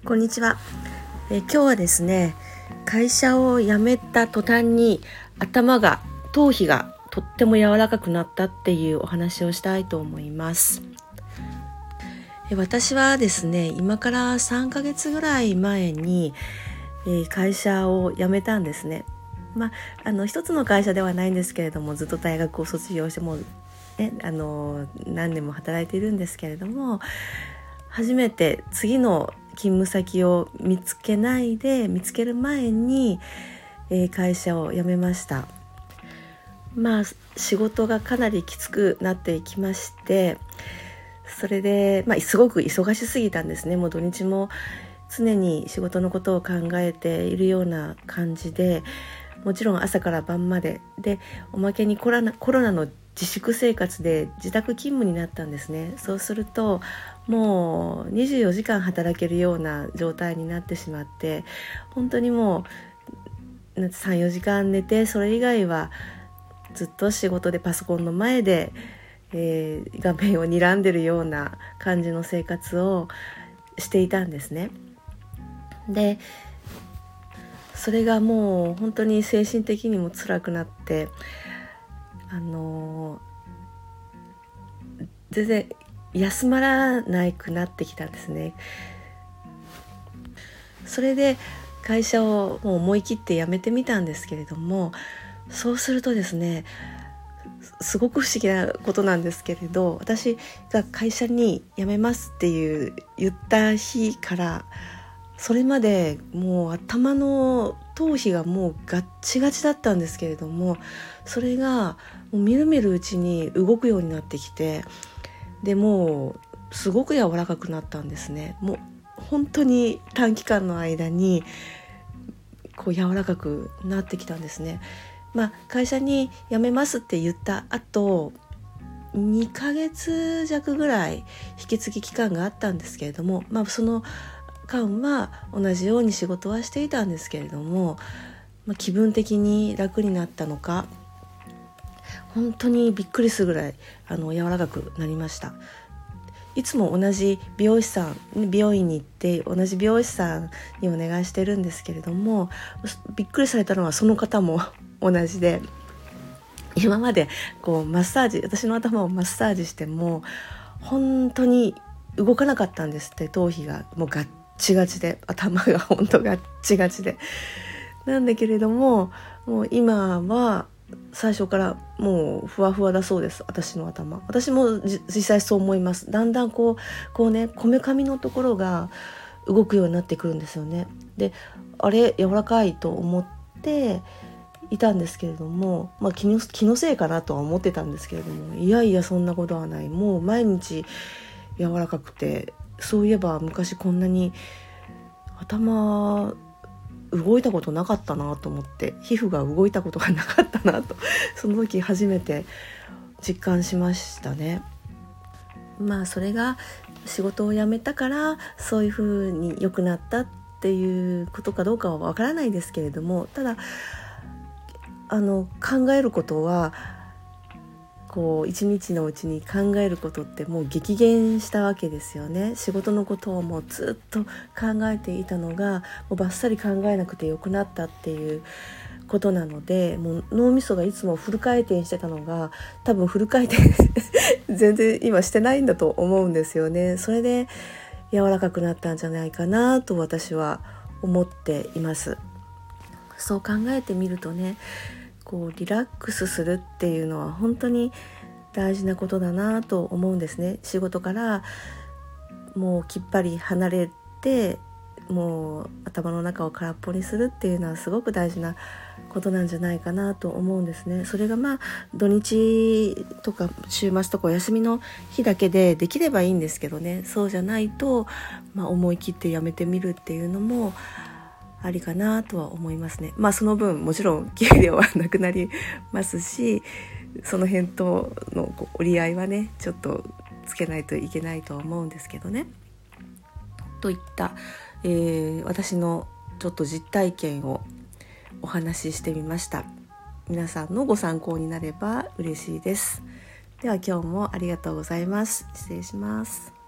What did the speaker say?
こんにちは。今日はですね、会社を辞めた途端に頭皮がとっても柔らかくなったっていうお話をしたいと思います。私はですね、今から3ヶ月ぐらい前に、会社を辞めたんですね。一つの会社ではないんですけれども、ずっと大学を卒業してもう、何年も働いているんですけれども、初めて次の勤務先を見つける前に、会社を辞めました。仕事がかなりきつくなっていきまして、それですごく忙しすぎたんですね。もう土日も常に仕事のことを考えているような感じで、もちろん朝から晩までで、おまけにコロナの自粛生活で自宅勤務になったんですね。そうするともう24時間働けるような状態になってしまって、本当にもう 3,4 時間寝て、それ以外はずっと仕事でパソコンの前で、画面を睨んでるような感じの生活をしていたんですね。でそれがもう本当に精神的にも辛くなって、全然休まらなくなってきたんですね。それで会社をもう思い切って辞めてみたんですけれども、そうするとですね、すごく不思議なことなんですけれど、私が会社に辞めますって言った日から、それまでもう頭の頭皮がもうガッチガチだったんですけれども、それがもうみるみるうちに動くようになってきて、でもうすごく柔らかくなったんですね。もう本当に短期間の間にこう柔らかくなってきたんですね。会社に辞めますって言った後2ヶ月弱ぐらい引き継ぎ期間があったんですけれども、その間は同じように仕事はしていたんですけれども、気分的に楽になったのか、本当にびっくりするぐらい柔らかくなりました。いつも同じ美容院に行って同じ美容師さんにお願いしてるんですけれども、びっくりされたのはその方も同じで、今までこう私の頭をマッサージしても本当に動かなかったんですって。頭皮がもうガッチガチで、頭が本当ガッチガチでなんだけれども、もう今は最初からもうふわふわだそうです。私の頭。私も実際そう思います。だんだんこうね、こめかみのところが動くようになってくるんですよね。で、あれ柔らかいと思っていたんですけれども、気のせいかなとは思ってたんですけれども、いやいやそんなことはない。もう毎日柔らかくて、そういえば昔こんなに頭動いたことなかったなと思って、皮膚が動いたことがなかったなとその時初めて実感しましたね。それが仕事を辞めたからそういう風に良くなったっていうことかどうかはわからないですけれども、ただ考えることはこう一日のうちに考えることってもう激減したわけですよね。仕事のことをもうずっと考えていたのがもうバッサリ考えなくてよくなったっていうことなので、もう脳みそがいつもフル回転してたのが多分フル回転全然今してないんだと思うんですよね。それで柔らかくなったんじゃないかなと私は思っています。そう考えてみるとね、こうリラックスするっていうのは本当に大事なことだなと思うんですね。仕事からもうきっぱり離れて、もう頭の中を空っぽにするっていうのはすごく大事なことなんじゃないかなと思うんですね。それが土日とか週末とかお休みの日だけでできればいいんですけどね、そうじゃないと、思い切ってやめてみるっていうのもありかなとは思いますね。その分もちろん給料はなくなりますし、その辺との折り合いはねちょっとつけないといけないとは思うんですけどね。といった、私のちょっと実体験をお話ししてみました。皆さんのご参考になれば嬉しいです。では今日もありがとうございます。失礼します。